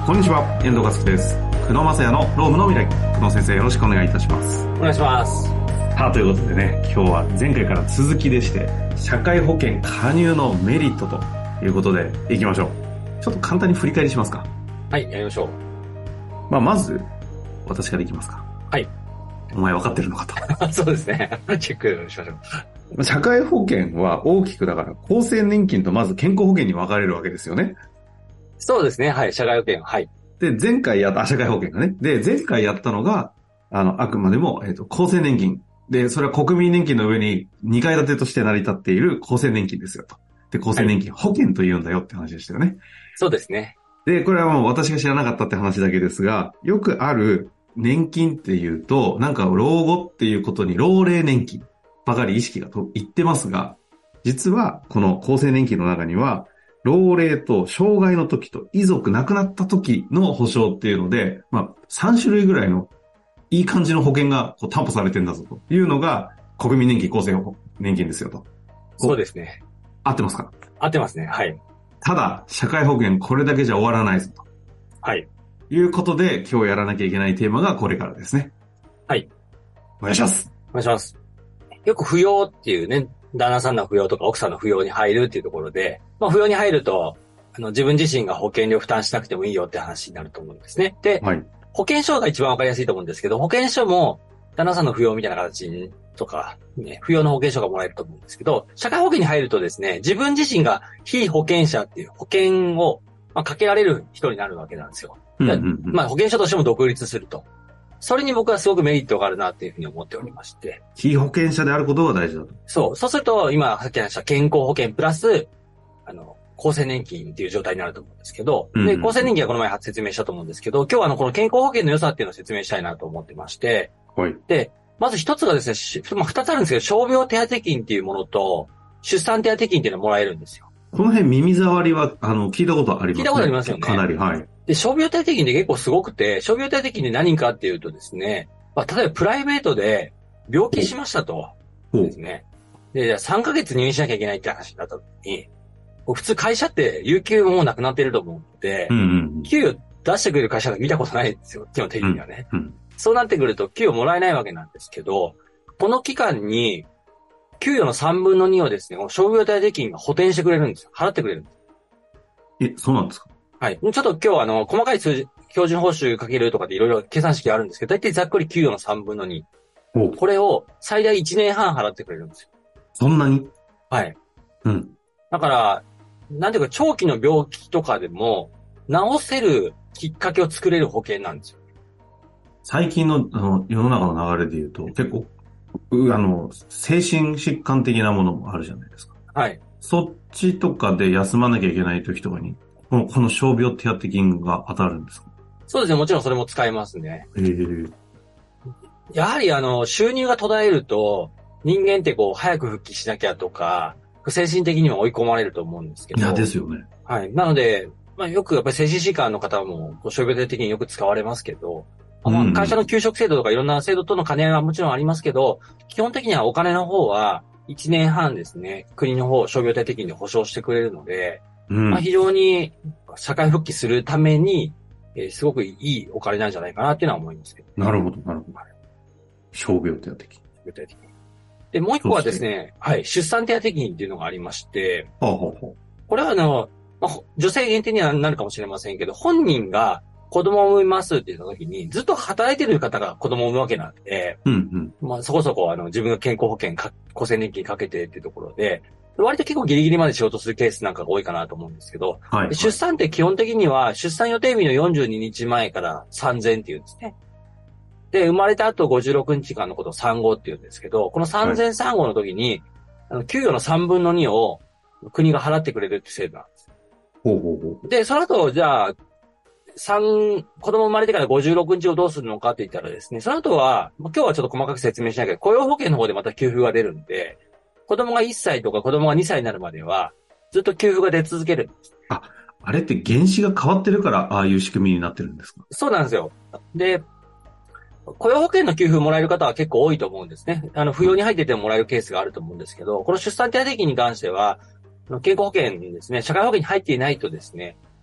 こんにちは、遠藤和樹です。久野正也のロームの未来。久野先生、よろしくお願いいたします。 お願いします。 さあ、ということでね、今日は前回から続きでして、社会保険加入のメリットということでいきましょう。ちょっと簡単に振り返りしますか。 はい、やりましょう。まず、私からいきますか。 はい。 お前分かってるのかと。そうですね。チェックしましょう。社会保険は大きくだから厚生年金とまず健康保険に分かれるわけですよね。 そうですね。はい。社会保険。はい。 で、前回やった、社会保険がね。で、前回やったのが、あくまでも、厚生年金。で、それは国民年金の上に2階建てとして成り立っている厚生年金ですよと。で、厚生年金、保険と言うんだよって話でしたよね。 そうですね。 で、これはもう私が知らなかったって話だけですが、よくある年金っていうと、なんか老後っていうことに老齢年金ばかり意識がいってますが、実はこの厚生年金の中には、老齢と障害の時と遺族亡くなった時の保障っていうので、3種類ぐらいのいい感じの保険が担保されてんだぞというのが国民年金厚生年金ですよと。 そうですね。 合ってますか？ 合ってますね。はい。 ただ、社会保険これだけじゃ終わらないぞと。 はい。 いうことで、今日やらなきゃいけないテーマがこれからですね。 はい。 お願いします。 お願いします。よく扶養っていうね、旦那さんの扶養とか奥さんの扶養に入るっていうところで、扶養に入ると、自分自身が保険料負担しなくてもいいよって話になると思うんですね。で、はい、保険証が一番わかりやすいと思うんですけど、保険証も旦那さんの扶養みたいな形とか、ね、扶養の保険証がもらえると思うんですけど、社会保険に入るとですね、自分自身が被保険者っていう保険を、かけられる人になるわけなんですよ。保険証としても独立すると。それに僕はすごくメリットがあるなっていうふうに思っておりまして。 被保険者であることが大事だと。 そうすると、今さっき話した健康保険プラス、厚生年金っていう状態になると思うんですけど、で、厚生年金はこの前説明したと思うんですけど、今日はこの健康保険の良さっていうのを説明したいなと思ってまして、 はい。 で、まず一つがですね、二つあるんですけど、傷病手当金っていうものと、出産手当金っていうのがもらえるんですよ。 この辺耳障りは、聞いたことありますね。 聞いたことありますよね。 かなり、はい。 で、傷病手当金って結構すごくて、傷病手当金で何かっていうとですね、例えばプライベートで病気しましたと。ですね。で、じゃあ3ヶ月入院しなきゃいけないって話になった時に、普通会社って有給もうなくなってると思うので、給与出してくれる会社が見たことないんですよ。基本的にはね。そうなってくると給与もらえないわけなんですけど、この期間に給与の3分の2をですね、傷病手当金が補填してくれるんですよ。払ってくれるんです。 そうなんですか？ はい。ちょっと今日細かい数字、標準報酬かけるとかでいろいろ計算式あるんですけど、だいたいざっくり給与の3分の2。これを最大1年半払ってくれるんですよ。 そんなに？ はい。だから、なんていうか長期の病気とかでも治せるきっかけを作れる保険なんですよ。 最近の世の中の流れで言うと結構、精神疾患的なものもあるじゃないですか。 はい。 そっちとかで休まなきゃいけない時とかに、この傷病手当金が当たるんですか？ そうですね。もちろんそれも使えますね。やはり収入が途絶えると、人間って早く復帰しなきゃとか、精神的にも追い込まれると思うんですけど。 いや、ですよね。 はい。なので、よくやっぱり精神疾患の方も、傷病手当的によく使われますけど、会社の給食制度とかいろんな制度との兼ね合いはもちろんありますけど、基本的にはお金の方は1年半ですね、国の方、傷病手当金で保証してくれるので、非常に社会復帰するために、すごくいいお金なんじゃないかなっていうのは思いますけど。 なるほど、なるほど。傷病手当金。 で、もう一個はですね、はい、出産手当金っていうのがありまして、これは女性限定にはなるかもしれませんけど、本人が子供を産みますって言った時に、ずっと働いてる方が子供を産むわけなんで、そこそこ自分が健康保険、厚生年金かけてっていうところで、割と結構ギリギリまで仕事するケースなんかが多いかなと思うんですけど、出産って基本的には出産予定日の42日前から産前っていうんですね。で、生まれた後56日間のことを産後って言うんですけど、この産前産後の時に、給与の3分の2を国が払ってくれるって制度なんです。で、その後、じゃあ、子供生まれてから56日をどうするのかって言ったらですね、その後は、今日はちょっと細かく説明しないけど、雇用保険の方でまた給付が出るんで、子供が1歳とか子供が2歳になるまでは、ずっと給付が出続けるんです。 あれって原資が変わってるから、ああいう仕組みになってるんですか？ そうなんですよ。で、雇用保険の給付もらえる方は結構多いと思うんですね。扶養に入っててもらえるケースがあると思うんですけど、この出産手当金に関しては、健康保険ですね、社会保険に入っていないとですね、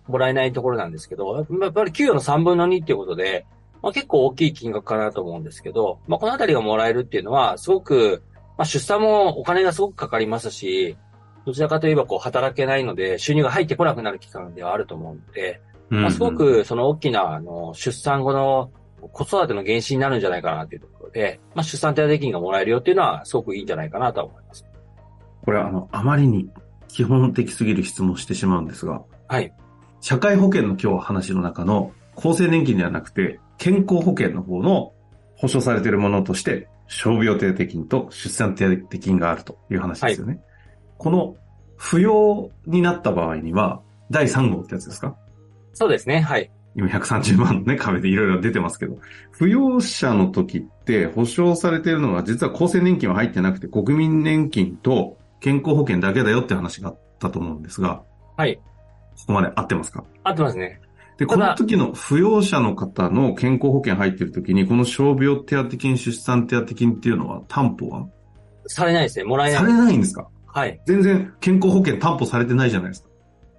もらえないところなんですけど、やっぱり給与の3分の2っていうことで、結構大きい金額かなと思うんですけど、このあたりがもらえるっていうのは、すごく、出産もお金がすごくかかりますし、どちらかといえば働けないので、収入が入ってこなくなる期間ではあると思うので、すごくその大きな、出産後の子育ての原資になるんじゃないかなというところで、出産手当金がもらえるよっていうのは、すごくいいんじゃないかなと思います。 これあまりに基本的すぎる質問をしてしまうんですが、 はい。 社会保険の今日話の中の厚生年金ではなくて、健康保険の方の保障されているものとして、傷病手当金と出産手当金があるという話ですよね。はい、この扶養になった場合には、第3号ってやつですか？ そうですね。はい。 今130万のね、壁でいろいろ出てますけど、扶養者の時って保障されているのが実は厚生年金は入ってなくて国民年金と健康保険だけだよって話があったと思うんですが、 はい。 ここまで合ってますか？ 合ってますね。 で、この時の扶養者の方の健康保険入っている時に、この傷病手当金、出産手当金っていうのは担保はされないですね。もらえない。 されないんですか？ はい。 全然健康保険担保されてないじゃないですか。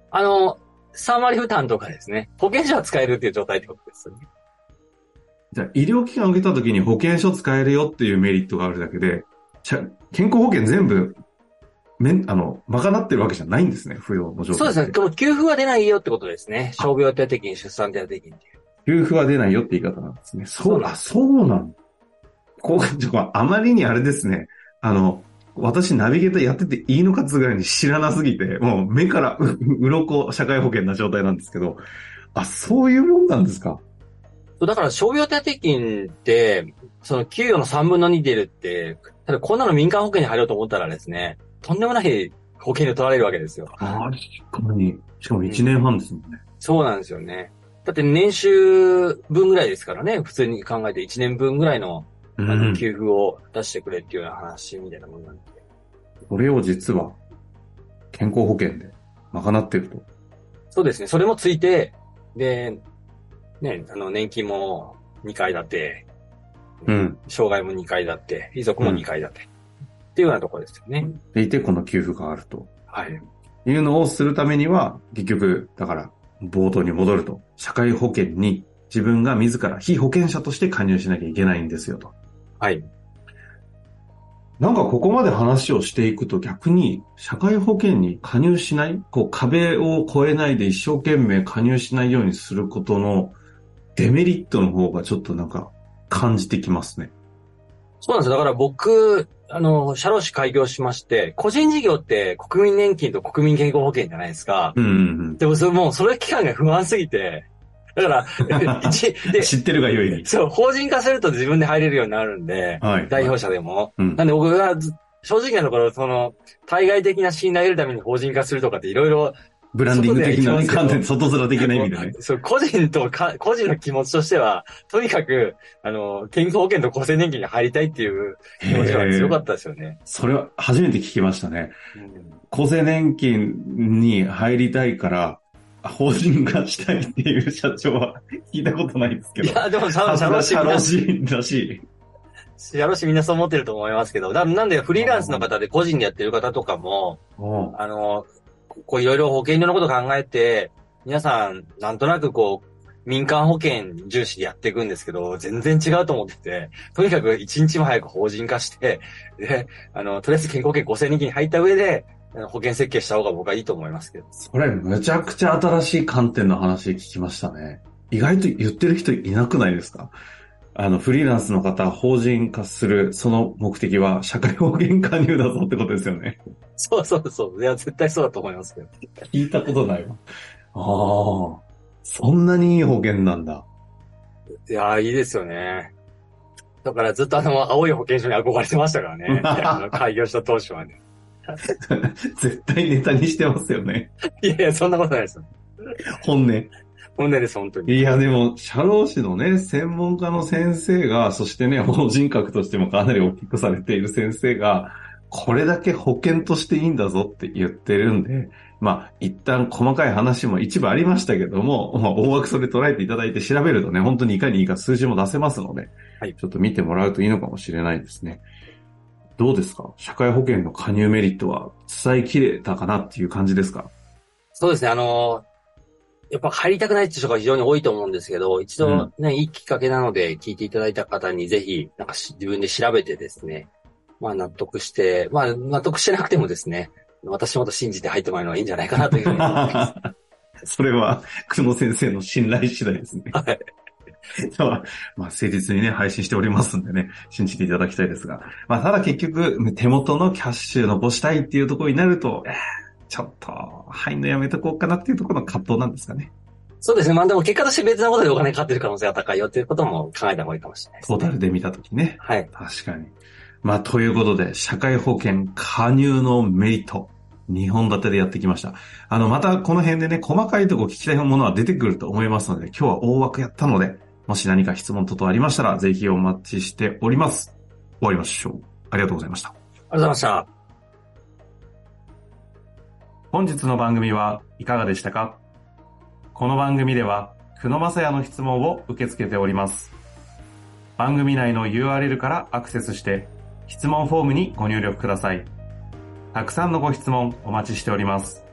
3割負担とかですね。保険証は使えるっていう状態ってことですよね。 じゃあ、医療機関を受けた時に保険証使えるよっていうメリットがあるだけで、健康保険全部、賄ってるわけじゃないんですね、扶養の状態。 そうですね。この給付は出ないよってことですね。傷病手当金、出産手当金っていう。 給付は出ないよって言い方なんですね。そうなんだ。あまりにあれですね。私ナビゲーターやってていいのかつぐらいに知らなすぎて、もう目から鱗社会保険な状態なんですけど、そういうもんなんですか？ だから傷病手当金って、その給与の3分の2出るって、ただこんなの民間保険に入ろうと思ったらですね、とんでもない保険料取られるわけですよ。 確かに。しかも1年半ですもんね。 そうなんですよね。だって年収分ぐらいですからね、普通に考えて1年分ぐらいの給付を出してくれっていうような話みたいなものなんで。 これを実は健康保険で賄っていると。 そうですね。それもついて、で、ね、年金も2回だって、障害も2回だって、遺族も2回だって、っていうようなところですよね。 でいて、この給付があると。 はい。 いうのをするためには、結局、だから、冒頭に戻ると、社会保険に自分が自ら被保険者として加入しなきゃいけないんですよと。 はい。 なんかここまで話をしていくと逆に社会保険に加入しない、壁を越えないで一生懸命加入しないようにすることのデメリットの方がちょっとなんか感じてきますね。 そうなんですよ。だから僕、社労士開業しまして、個人事業って国民年金と国民健康保険じゃないですか。でもそれ期間が不安すぎて、だから、 知ってるが良い。 そう、法人化すると自分で入れるようになるんで、はい、代表者でも。なんで僕が正直なところ、対外的な信頼を得るために法人化するとかっていろいろ、 ブランディング的な観点、外面的な意味でね。 そう、個人の気持ちとしては、とにかく、健康保険と厚生年金に入りたいっていう気持ちが強かったですよね。 それは初めて聞きましたね。厚生年金に入りたいから、法人化したいっていう社長は聞いたことないですけど。 いや、でも社労士だし。 社労士みんなそう思ってると思いますけど、なんでフリーランスの方で個人でやってる方とかも、いろいろ保険料のこと考えて、皆さんなんとなく民間保険重視でやっていくんですけど、全然違うと思ってて、とにかく一日も早く法人化して、で、とりあえず健康保険5000人に入った上で、保険設計した方が僕はいいと思いますけど。 それむちゃくちゃ新しい観点の話聞きましたね。意外と言ってる人いなくないですか？フリーランスの方、法人化する、その目的は社会保険加入だぞってことですよね。 そう。いや、絶対そうだと思いますけど。 聞いたことないわ。そんなにいい保険なんだ。 いや、いいですよね。だからずっと青い保険証に憧れてましたからね。開業した当初はね。 絶対ネタにしてますよね。 いや、そんなことないですよ。 本音です、本当に。 いや、でも、社労士のね、専門家の先生が、そしてね、法人格としてもかなり大きくされている先生が、これだけ保険としていいんだぞって言ってるんで、一旦細かい話も一部ありましたけども、大枠それ捉えていただいて調べるとね、本当にいかにいいか数字も出せますので、はい、ちょっと見てもらうといいのかもしれないですね。どうですか？社会保険の加入メリットは伝えきれたかなっていう感じですか？ そうですね、 やっぱ入りたくないって人が非常に多いと思うんですけど、一度ね、いいきっかけなので聞いていただいた方にぜひ、なんか自分で調べてですね、まあ納得して、まあ納得してなくてもですね、私のこと信じて入ってもらうのがいいんじゃないかなというふうに思います。 それは、久野先生の信頼次第ですね。 はい。 まあ、誠実にね、配信しておりますんでね、信じていただきたいですが。まあ、ただ結局、手元のキャッシュ残したいっていうところになると、ちょっと、入んのやめとこうかなっていうところの葛藤なんですかね。 そうですね。まあでも結果として別なことでお金かかってる可能性が高いよっていうことも考えた方がいいかもしれないですね。 トータルで見たときね。 はい。 確かに。まあ、ということで、社会保険加入のメリット。2本立てでやってきました。またこの辺でね、細かいところ聞きたいものは出てくると思いますので、今日は大枠やったので、もし何か質問等々ありましたら、ぜひお待ちしております。終わりましょう。ありがとうございました。 ありがとうございました。 本日の番組はいかがでしたか？この番組では、久野正也の質問を受け付けております。番組内の URL からアクセスして、質問フォームにご入力ください。たくさんのご質問お待ちしております。